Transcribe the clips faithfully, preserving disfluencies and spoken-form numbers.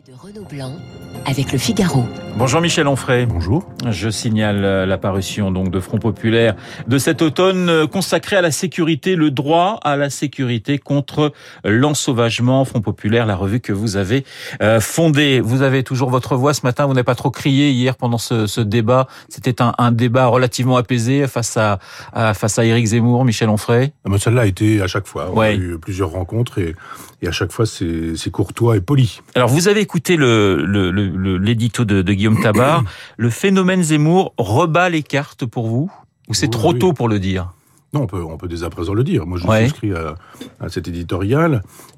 De Renaud Blanc avec Le Figaro. Bonjour Michel Onfray. Bonjour. Je signale la parution donc de Front Populaire de cet automne consacré à la sécurité, le droit à la sécurité contre l'ensauvagement. Front Populaire, la revue que vous avez euh, fondée. Vous avez toujours votre voix ce matin. Vous n'avez pas trop crié hier pendant ce, ce débat. C'était un, un débat relativement apaisé face à, à face à Éric Zemmour. Michel Onfray. Mais celle-là a été à chaque fois. On ouais. a eu plusieurs rencontres et, et à chaque fois c'est, c'est courtois et poli. Alors vous avez écouté le, le, le, l'édito de, de Guillaume Tabar. Le phénomène Zemmour rebat les cartes pour vous? Ou c'est oui, trop oui. tôt pour le dire? Non, on peut, on peut dès à présent le dire. Moi, je ouais. souscris à, à cet éditorial.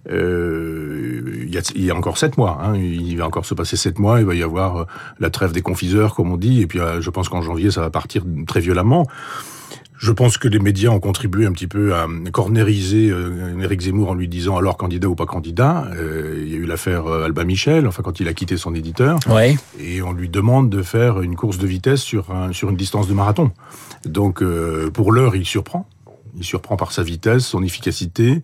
Euh, il, y a, il y a encore sept mois. Hein. Il va encore se passer sept mois. Il va y avoir la trêve des confiseurs, comme on dit. Et puis, je pense qu'en janvier, ça va partir très violemment. Je pense que les médias ont contribué un petit peu à cornériser euh, Éric Zemmour en lui disant alors candidat ou pas candidat. Euh, il y a eu l'affaire euh, Albin Michel, enfin quand il a quitté son éditeur, ouais. et on lui demande de faire une course de vitesse sur un, sur une distance de marathon. Donc euh, pour l'heure, il surprend. Il surprend par sa vitesse, son efficacité.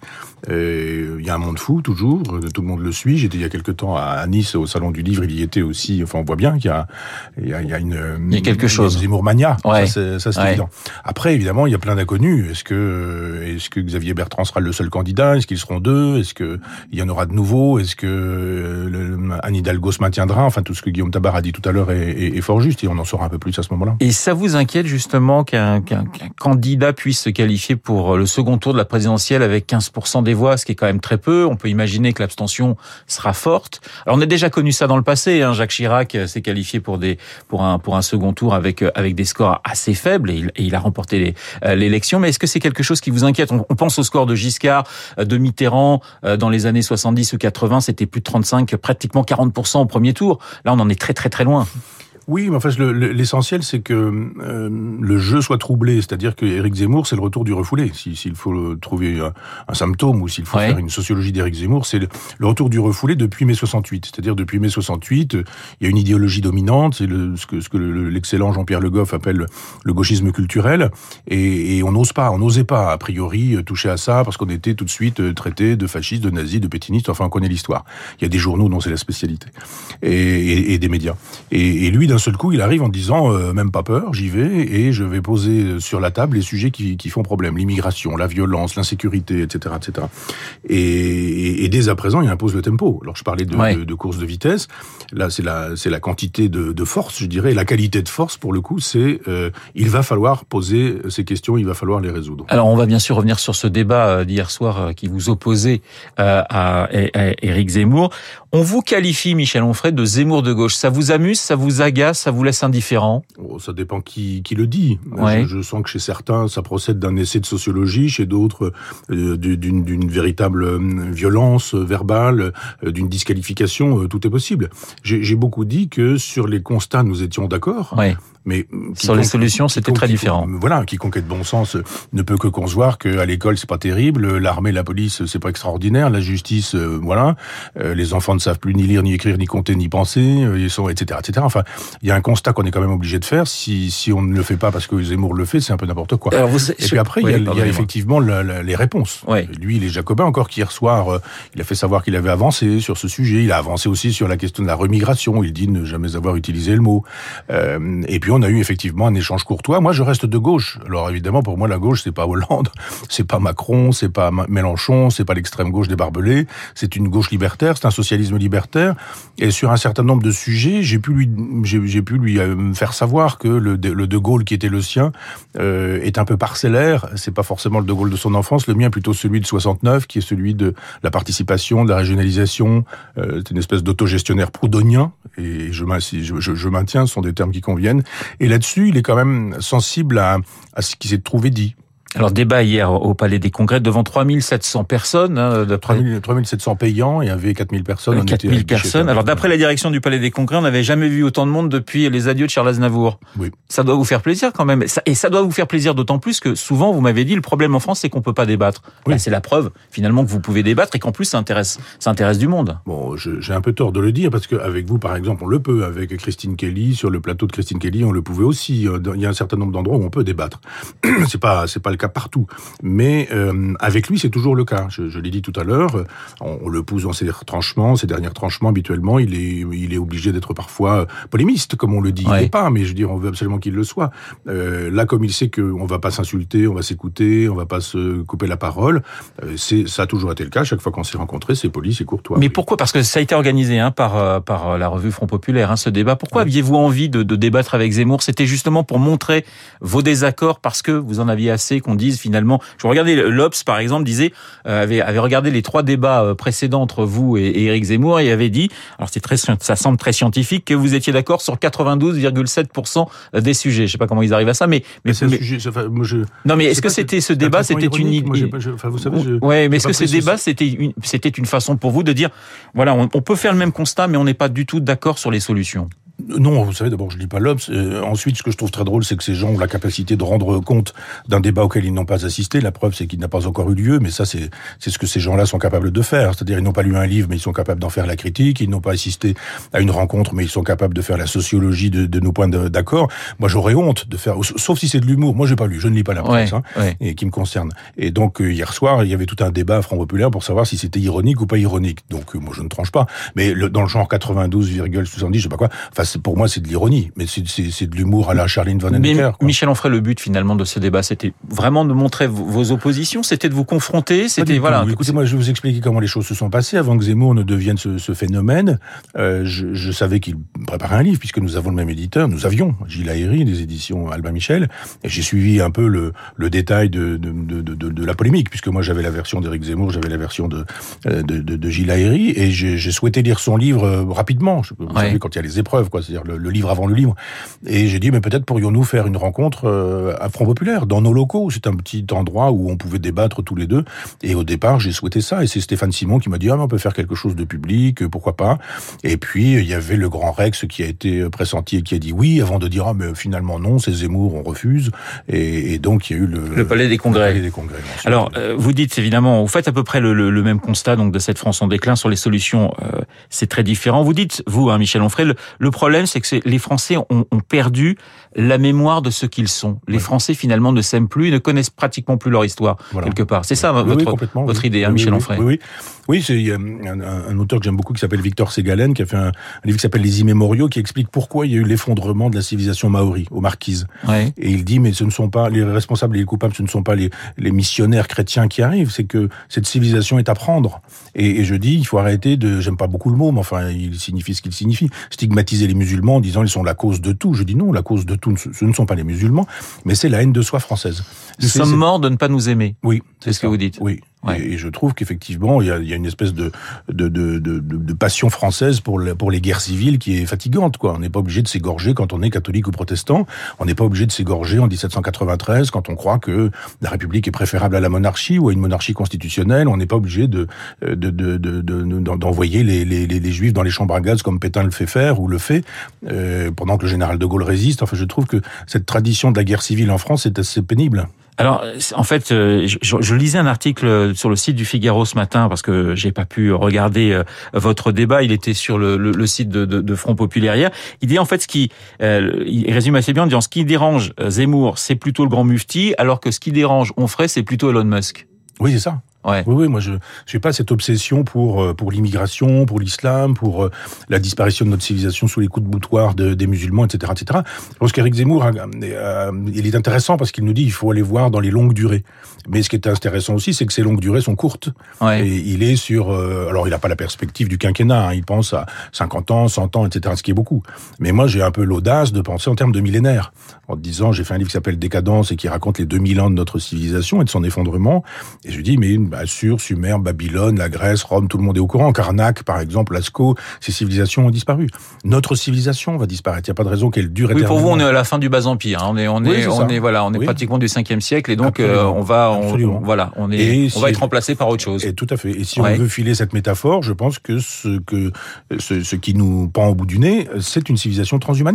Et il y a un monde fou, toujours. Tout le monde le suit. J'étais il y a quelque temps à Nice, au Salon du Livre. Il y était aussi. Enfin, on voit bien qu'il y a, il y a, il y a une... Il y a quelque une, chose. Une Zemmour-mania. Ouais. Ça, c'est, ça, c'est ouais. évident. Après, évidemment, il y a plein d'inconnus. Est-ce que, est-ce que Xavier Bertrand sera le seul candidat? Est-ce qu'ils seront deux? Est-ce que il y en aura de nouveaux? Est-ce que le, Anne Hidalgo se maintiendra? Enfin, tout ce que Guillaume Tabar a dit tout à l'heure est, est, est fort juste. Et on en saura un peu plus à ce moment-là. Et ça vous inquiète, justement, qu'un, qu'un, qu'un candidat puisse se qualifier pour le second tour de la présidentielle avec quinze pour cent des voix, ce qui est quand même très peu. On peut imaginer que l'abstention sera forte. Alors on a déjà connu ça dans le passé. Hein. Jacques Chirac s'est qualifié pour des pour un pour un second tour avec avec des scores assez faibles et il, et il a remporté les, euh, l'élection. Mais est-ce que c'est quelque chose qui vous inquiète? on, on pense au score de Giscard, de Mitterrand euh, dans les années soixante-dix ou quatre-vingts, c'était plus de trente-cinq, pratiquement quarante pour cent au premier tour. Là, on en est très très très loin. Oui, mais en fait, le, le, l'essentiel, c'est que euh, le jeu soit troublé. C'est-à-dire que Éric Zemmour, c'est le retour du refoulé. Si, s'il faut trouver un, un symptôme ou s'il faut ouais. faire une sociologie d'Éric Zemmour, c'est le, le retour du refoulé depuis mai soixante-huit. C'est-à-dire depuis mai soixante-huit, il y a une idéologie dominante, c'est le, ce que, ce que le, l'excellent Jean-Pierre Le Goff appelle le gauchisme culturel. Et, et on n'ose pas, on n'osait pas, a priori, toucher à ça parce qu'on était tout de suite traité de fascistes, de nazis, de pétinistes. Enfin, on connaît l'histoire. Il y a des journaux dont c'est la spécialité. Et, et, et des médias. Et, et lui, d'un seul coup, il arrive en disant euh, même pas peur, j'y vais et je vais poser sur la table les sujets qui, qui font problème, l'immigration, la violence, l'insécurité, et cetera, et cetera. Et, et, et dès à présent, il impose le tempo. Alors je parlais de, ouais. de, de course de vitesse. Là, c'est la, c'est la quantité de, de force, je dirais, et la qualité de force pour le coup, c'est euh, il va falloir poser ces questions, il va falloir les résoudre. Alors on va bien sûr revenir sur ce débat d'hier soir qui vous opposait euh, à, à Éric Zemmour. On vous qualifie, Michel Onfray, de Zemmour de gauche. Ça vous amuse, ça vous agace, ça vous laisse indifférent? Oh, ça dépend qui, qui le dit. Ouais. Je, je sens que chez certains, ça procède d'un essai de sociologie, chez d'autres, euh, d'une, d'une véritable euh, violence verbale, euh, d'une disqualification. Euh, tout est possible. J'ai, j'ai beaucoup dit que sur les constats, nous étions d'accord. Ouais. Mais sur les solutions, c'était très différent. Voilà, quiconque est de bon sens ne peut que concevoir qu'à l'école c'est pas terrible, l'armée, la police c'est pas extraordinaire, la justice, euh, voilà, euh, les enfants ne savent plus ni lire, ni écrire, ni compter, ni penser, euh, ils sont, et cetera, et cetera. Enfin, il y a un constat qu'on est quand même obligé de faire. Si si on ne le fait pas parce que Zemmour le fait, c'est un peu n'importe quoi. Alors vous, et puis après, oui, il y a, il y a effectivement la, la, les réponses. Ouais. Lui, les Jacobins, encore qu'hier soir, euh, il a fait savoir qu'il avait avancé sur ce sujet. Il a avancé aussi sur la question de la remigration. Il dit ne jamais avoir utilisé le mot. Euh, et puis on a eu effectivement un échange courtois. Moi, je reste de gauche. Alors évidemment, pour moi, la gauche, c'est pas Hollande, c'est pas Macron, c'est pas Mélenchon, c'est pas l'extrême gauche des barbelés. C'est une gauche libertaire, c'est un socialisme libertaire. Et sur un certain nombre de sujets, j'ai pu lui, j'ai, j'ai pu lui faire savoir que le, le De Gaulle qui était le sien euh, est un peu parcellaire. C'est pas forcément le De Gaulle de son enfance. Le mien est plutôt celui de soixante-neuf, qui est celui de la participation, de la régionalisation. Euh, c'est une espèce d'autogestionnaire proudhonien. Et je, je, je, je maintiens, ce sont des termes qui conviennent. Et là-dessus, il est quand même sensible à, à ce qui s'est trouvé dit. Alors, débat hier au Palais des Congrès devant trois mille sept cents personnes. Hein, d'après... trois mille sept cents payants, il y avait quatre mille personnes. quatre mille personnes. Alors, d'après la direction du Palais des Congrès, on n'avait jamais vu autant de monde depuis les adieux de Charles Aznavour. Oui. Ça doit vous faire plaisir quand même. Et ça doit vous faire plaisir d'autant plus que souvent, vous m'avez dit, le problème en France, c'est qu'on peut pas débattre. Oui. Là, c'est la preuve, finalement, que vous pouvez débattre et qu'en plus, ça intéresse, ça intéresse du monde. Bon, je, j'ai un peu tort de le dire parce qu'avec vous, par exemple, on le peut. Avec Christine Kelly, sur le plateau de Christine Kelly, on le pouvait aussi. Il y a un certain nombre d'endroits où on peut débattre. c'est pas, c'est pas le cas partout. Mais euh, avec lui, c'est toujours le cas. Je, je l'ai dit tout à l'heure, on, on le pousse dans ses retranchements, ses derniers retranchements. Habituellement, il est, il est obligé d'être parfois polémiste, comme on le dit. Ouais. Il n'est pas, mais je veux dire, on veut absolument qu'il le soit. Euh, là, comme il sait qu'on va pas s'insulter, on va s'écouter, on va pas se couper la parole, euh, c'est, ça a toujours été le cas. Chaque fois qu'on s'est rencontrés, c'est poli, c'est courtois. Mais oui. pourquoi ? Parce que ça a été organisé hein, par, par la revue Front Populaire, hein, ce débat. Pourquoi oui. aviez-vous envie de, de débattre avec Zemmour ? C'était justement pour montrer vos désaccords, parce que vous en aviez assez qu'on dise finalement... Je regardais, l'Obs, par exemple, disait, euh, avait, avait regardé les trois débats précédents entre vous et, et Éric Zemmour et avait dit, alors c'est très, ça semble très scientifique, que vous étiez d'accord sur quatre-vingt-douze virgule sept pour cent des sujets. Je sais pas comment ils arrivent à ça, mais... mais, mais c'est mais... un sujet... Enfin, moi je, non, mais est-ce que c'était ce débat, c'était une... Moi, j'ai pas, je, enfin, vous savez, je, ouais, mais est-ce que ce débat, c'était une, c'était une façon pour vous de dire, voilà, on, on peut faire le même constat, mais on n'est pas du tout d'accord sur les solutions? Non, vous savez, d'abord, je lis pas l'Obs. Euh, ensuite, ce que je trouve très drôle, c'est que ces gens ont la capacité de rendre compte d'un débat auquel ils n'ont pas assisté. La preuve, c'est qu'il n'a pas encore eu lieu, mais ça, c'est, c'est ce que ces gens-là sont capables de faire. C'est-à-dire, ils n'ont pas lu un livre, mais ils sont capables d'en faire la critique. Ils n'ont pas assisté à une rencontre, mais ils sont capables de faire la sociologie de, de nos points de, d'accord. Moi, j'aurais honte de faire, sauf si c'est de l'humour. Moi, j'ai pas lu, je ne lis pas la presse, ouais, hein, ouais. et qui me concerne. Et donc, euh, hier soir, il y avait tout un débat à Front Populaire pour savoir si c'était ironique ou pas ironique. Donc, euh, moi, je ne tranche pas. Mais le, dans le genre quatre-vingt-douze virgule soixante-dix, je sais pas quoi. Enfin, c'est, pour moi, c'est de l'ironie. Mais c'est, c'est, c'est de l'humour à la Charline Vanhoenacker. Mais Michel Onfray, le but finalement de ce débat, c'était vraiment de montrer vos oppositions, c'était de vous confronter, c'était voilà. Oui, écoutez, moi, je vais vous expliquer comment les choses se sont passées avant que Zemmour ne devienne ce, ce phénomène. Euh, je, je savais qu'il préparait un livre puisque nous avons le même éditeur. Nous avions Gilles Ahéry des éditions Albin Michel, et j'ai suivi un peu le, le détail de, de, de, de, de la polémique puisque moi j'avais la version d'Éric Zemmour, j'avais la version de, de, de, de Gilles Ahéry, et j'ai, j'ai souhaité lire son livre rapidement. Vous ouais. savez, quand il y a les épreuves, quoi, c'est-à-dire le, le livre avant le livre. Et j'ai dit, mais peut-être pourrions-nous faire une rencontre euh, à Front Populaire, dans nos locaux. C'est un petit endroit où on pouvait débattre tous les deux. Et au départ, j'ai souhaité ça. Et c'est Stéphane Simon qui m'a dit, ah, mais on peut faire quelque chose de public, pourquoi pas. Et puis, il y avait le grand Rex qui a été pressenti et qui a dit oui, avant de dire, ah, mais finalement non, c'est Zemmour, on refuse. Et, et donc, il y a eu le, le Palais des Congrès. Le Palais des Congrès. Alors, euh, vous dites évidemment, vous faites à peu près le, le, le même constat donc de cette France en déclin sur les solutions. Euh, c'est très différent. Vous dites, vous, hein, Michel Onfray, le, le problème, c'est que c'est, les Français ont, ont perdu la mémoire de ce qu'ils sont. Les oui. Français, finalement, ne s'aiment plus, ne connaissent pratiquement plus leur histoire, voilà. quelque part. C'est ça, oui, votre, oui, votre idée, oui. hein, Michel oui, Onfray. Oui, oui. Oui, c'est il y a un, un auteur que j'aime beaucoup qui s'appelle Victor Ségalen, qui a fait un, un livre qui s'appelle Les Immémoriaux, qui explique pourquoi il y a eu l'effondrement de la civilisation maori, aux Marquises. Ouais. Et il dit, mais ce ne sont pas les responsables et les coupables, ce ne sont pas les, les missionnaires chrétiens qui arrivent, c'est que cette civilisation est à prendre. Et, et je dis, il faut arrêter de, j'aime pas beaucoup le mot, mais enfin, il signifie ce qu'il signifie, stigmatiser les musulmans en disant ils sont la cause de tout. Je dis non, la cause de tout, ce ne sont pas les musulmans, mais c'est la haine de soi française. Nous c'est, sommes c'est... morts de ne pas nous aimer. Oui. C'est, c'est ce ça. que vous dites. Oui. Ouais. Et, et je trouve qu'effectivement, il y a, il y a une espèce de, de, de, de, de passion française pour, le, pour les guerres civiles qui est fatigante, quoi. On n'est pas obligé de s'égorger quand on est catholique ou protestant. On n'est pas obligé de s'égorger en dix-sept cent quatre-vingt-treize quand on croit que la République est préférable à la monarchie ou à une monarchie constitutionnelle. On n'est pas obligé de, de, de, de, de, de d'envoyer les, les, les, les Juifs dans les chambres à gaz comme Pétain le fait faire ou le fait, euh, pendant que le général de Gaulle résiste. Enfin, je trouve que cette tradition de la guerre civile en France est assez pénible. Alors, en fait, je, je lisais un article sur le site du Figaro ce matin parce que j'ai pas pu regarder votre débat. Il était sur le, le, le site de, de, de Front Populaire hier. Il dit en fait ce qui, euh, il résume assez bien en disant ce qui dérange Zemmour, c'est plutôt le grand mufti, alors que ce qui dérange Onfray, c'est plutôt Elon Musk. Oui, c'est ça. Ouais. Oui, oui, moi je j'ai pas cette obsession pour pour l'immigration, pour l'islam, pour la disparition de notre civilisation sous les coups de boutoir de, des musulmans, et cetera, et cetera. Je pense qu'Éric Zemmour, euh, il est intéressant parce qu'il nous dit il faut aller voir dans les longues durées. Mais ce qui est intéressant aussi, c'est que ces longues durées sont courtes. Ouais. Et il est sur, euh, alors il n'a pas la perspective du quinquennat, hein, il pense à cinquante ans, cent ans, et cetera, ce qui est beaucoup. Mais moi j'ai un peu l'audace de penser en termes de millénaires, en disant j'ai fait un livre qui s'appelle Décadence et qui raconte les deux mille ans de notre civilisation et de son effondrement. Et je dis mais Assur, Sumer, Babylone, la Grèce, Rome, tout le monde est au courant. Karnak, par exemple, Lascaux, ces civilisations ont disparu. Notre civilisation va disparaître. Il n'y a pas de raison qu'elle dure éternellement. Oui, pour vous, on est à la fin du Bas Empire. On est, on est, oui, on est, voilà, on est oui. pratiquement du cinquième siècle, et donc euh, on va, on, on, voilà, on est, et on si va être remplacé par autre chose. Et tout à fait. Et si ouais. on veut filer cette métaphore, je pense que ce que ce, ce qui nous pend au bout du nez, c'est une civilisation transhumaniste.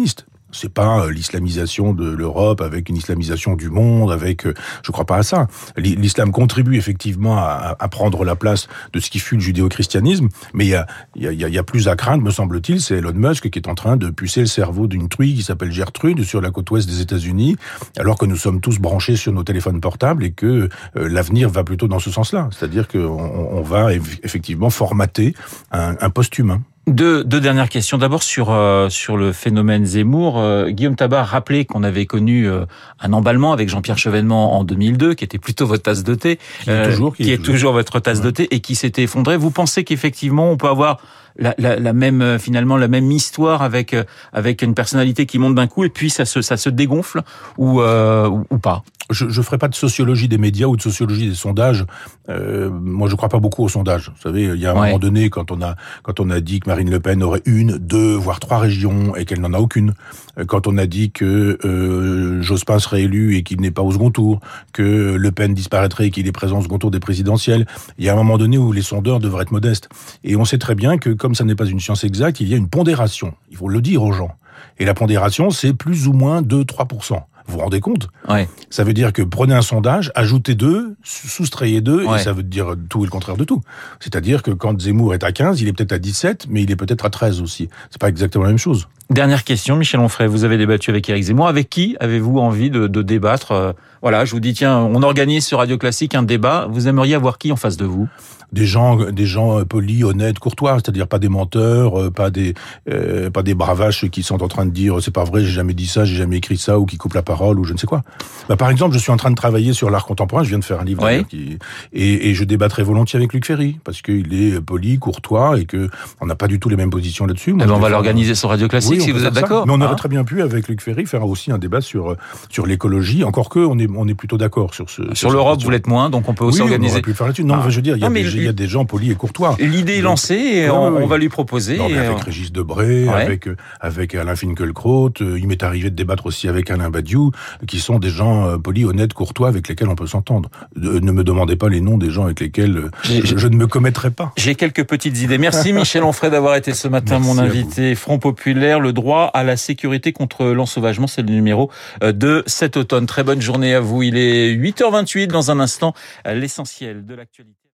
C'est pas l'islamisation de l'Europe avec une islamisation du monde, avec, je crois pas à ça. L'islam contribue effectivement à, à prendre la place de ce qui fut le judéo-christianisme, mais il y a, il y a, il y a plus à craindre, me semble-t-il, c'est Elon Musk qui est en train de pucer le cerveau d'une truie qui s'appelle Gertrude sur la côte ouest des États-Unis, alors que nous sommes tous branchés sur nos téléphones portables et que euh, l'avenir va plutôt dans ce sens-là. C'est-à-dire qu'on on va effectivement formater un, un post-humain. Deux, deux dernières questions. D'abord sur euh, sur le phénomène Zemmour. Euh, Guillaume Tabar rappelait qu'on avait connu euh, un emballement avec Jean-Pierre Chevènement en deux mille deux, qui était plutôt votre tasse de thé, qui est toujours, euh, qui, qui est toujours, toujours votre tasse ouais. de thé, et qui s'était effondré. Vous pensez qu'effectivement on peut avoir la, la, la même finalement la même histoire avec avec une personnalité qui monte d'un coup et puis ça se ça se dégonfle ou euh, ou, ou pas? Je ne ferai pas de sociologie des médias ou de sociologie des sondages. Euh, moi, je ne crois pas beaucoup aux sondages. Vous savez, il y a un ouais. moment donné, quand on a quand on a dit que Marine Le Pen aurait une, deux, voire trois régions et qu'elle n'en a aucune, quand on a dit que euh, Jospin serait élu et qu'il n'est pas au second tour, que Le Pen disparaîtrait et qu'il est présent au second tour des présidentielles, il y a un moment donné où les sondeurs devraient être modestes. Et on sait très bien que, comme ça n'est pas une science exacte, il y a une pondération. Il faut le dire aux gens. Et la pondération, c'est plus ou moins deux à trois pour cent. Vous vous rendez compte? Ouais. Ça veut dire que prenez un sondage, ajoutez deux, soustrayez deux, ouais. et ça veut dire tout et le contraire de tout. C'est-à-dire que quand Zemmour est à quinze, il est peut-être à dix-sept, mais il est peut-être à treize aussi. C'est pas exactement la même chose. Dernière question, Michel Onfray, vous avez débattu avec Éric Zemmour. Avec qui avez-vous envie de, de débattre? euh, Voilà, je vous dis, tiens, on organise sur Radio Classique un débat. Vous aimeriez avoir qui en face de vous? Des gens, des gens polis, honnêtes, courtois, c'est-à-dire pas des menteurs, pas des, euh, pas des bravaches qui sont en train de dire c'est pas vrai, j'ai jamais dit ça, j'ai jamais écrit ça, ou qui coupent la parole, ou je ne sais quoi. Bah, par exemple, je suis en train de travailler sur l'art contemporain. Je viens de faire un livre oui. qui, et, et je débattrai volontiers avec Luc Ferry parce qu'il est poli, courtois et que on n'a pas du tout les mêmes positions là-dessus. Moi, eh ben on va l'organiser sur Radio Classique oui, si vous êtes d'accord. Mais on aurait hein très bien pu avec Luc Ferry faire aussi un débat sur sur l'écologie. Encore que on est on est plutôt d'accord sur ce. Sur, sur l'Europe, vous l'êtes moins, donc on peut aussi oui, organiser. On aurait pu le faire là-dessus. Non, ah. je veux dire, il y a, non, des, il y a des gens polis et courtois. L'idée est lancée et on, oui, oui. on va lui proposer. Non, mais avec on... Régis Debray, ouais. avec avec Alain Finkielkraut, il m'est arrivé de débattre aussi avec Alain Badiou, qui sont des gens polis, honnêtes, courtois, avec lesquels on peut s'entendre. De, ne me demandez pas les noms des gens avec lesquels je, je ne me commettrai pas. J'ai quelques petites idées. Merci Michel Onfray d'avoir été ce matin Merci mon invité. Front Populaire, le droit à la sécurité contre l'ensauvagement, c'est le numéro de cet automne. Très bonne journée à vous. Il est huit heures vingt-huit. Dans un instant, l'essentiel de l'actualité.